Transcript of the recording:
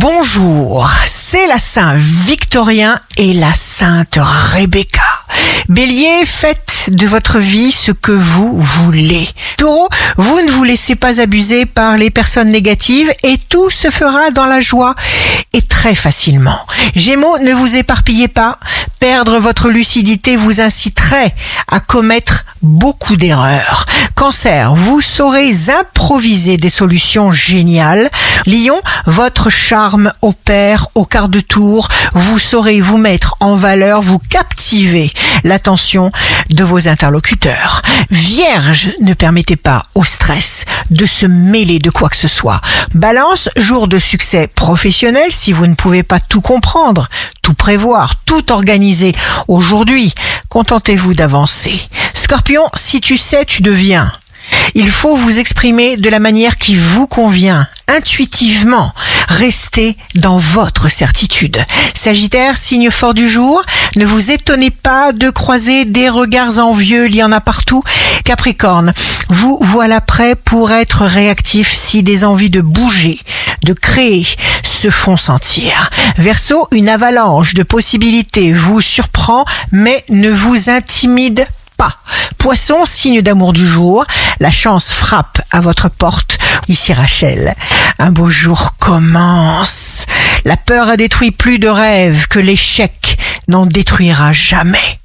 Bonjour, c'est la Saint Victorien et la Sainte Rebecca. Bélier, faites de votre vie ce que vous voulez. Taureau, vous ne vous laissez pas abuser par les personnes négatives et tout se fera dans la joie et très facilement. Gémeaux, ne vous éparpillez pas. Perdre votre lucidité vous inciterait à commettre beaucoup d'erreurs. Cancer, vous saurez improviser des solutions géniales. Lion, votre charme opère au quart de tour. Vous saurez vous mettre en valeur, vous captiver l'attention de vos interlocuteurs. Vierge, ne permettez pas au stress de se mêler de quoi que ce soit. Balance, jour de succès professionnel si vous ne pouvez pas tout comprendre, tout prévoir, tout organiser. Aujourd'hui, contentez-vous d'avancer. Scorpion, si tu sais, tu deviens. Il faut vous exprimer de la manière qui vous convient, intuitivement. Restez dans votre certitude. Sagittaire, signe fort du jour, ne vous étonnez pas de croiser des regards envieux, il y en a partout. Capricorne, vous voilà prêt pour être réactif si des envies de bouger, de créer se font sentir. Verseau, une avalanche de possibilités vous surprend, mais ne vous intimide pas. Poisson, signe d'amour du jour, la chance frappe à votre porte. Ici Rachel, un beau jour commence. La peur a détruit plus de rêves que l'échec n'en détruira jamais.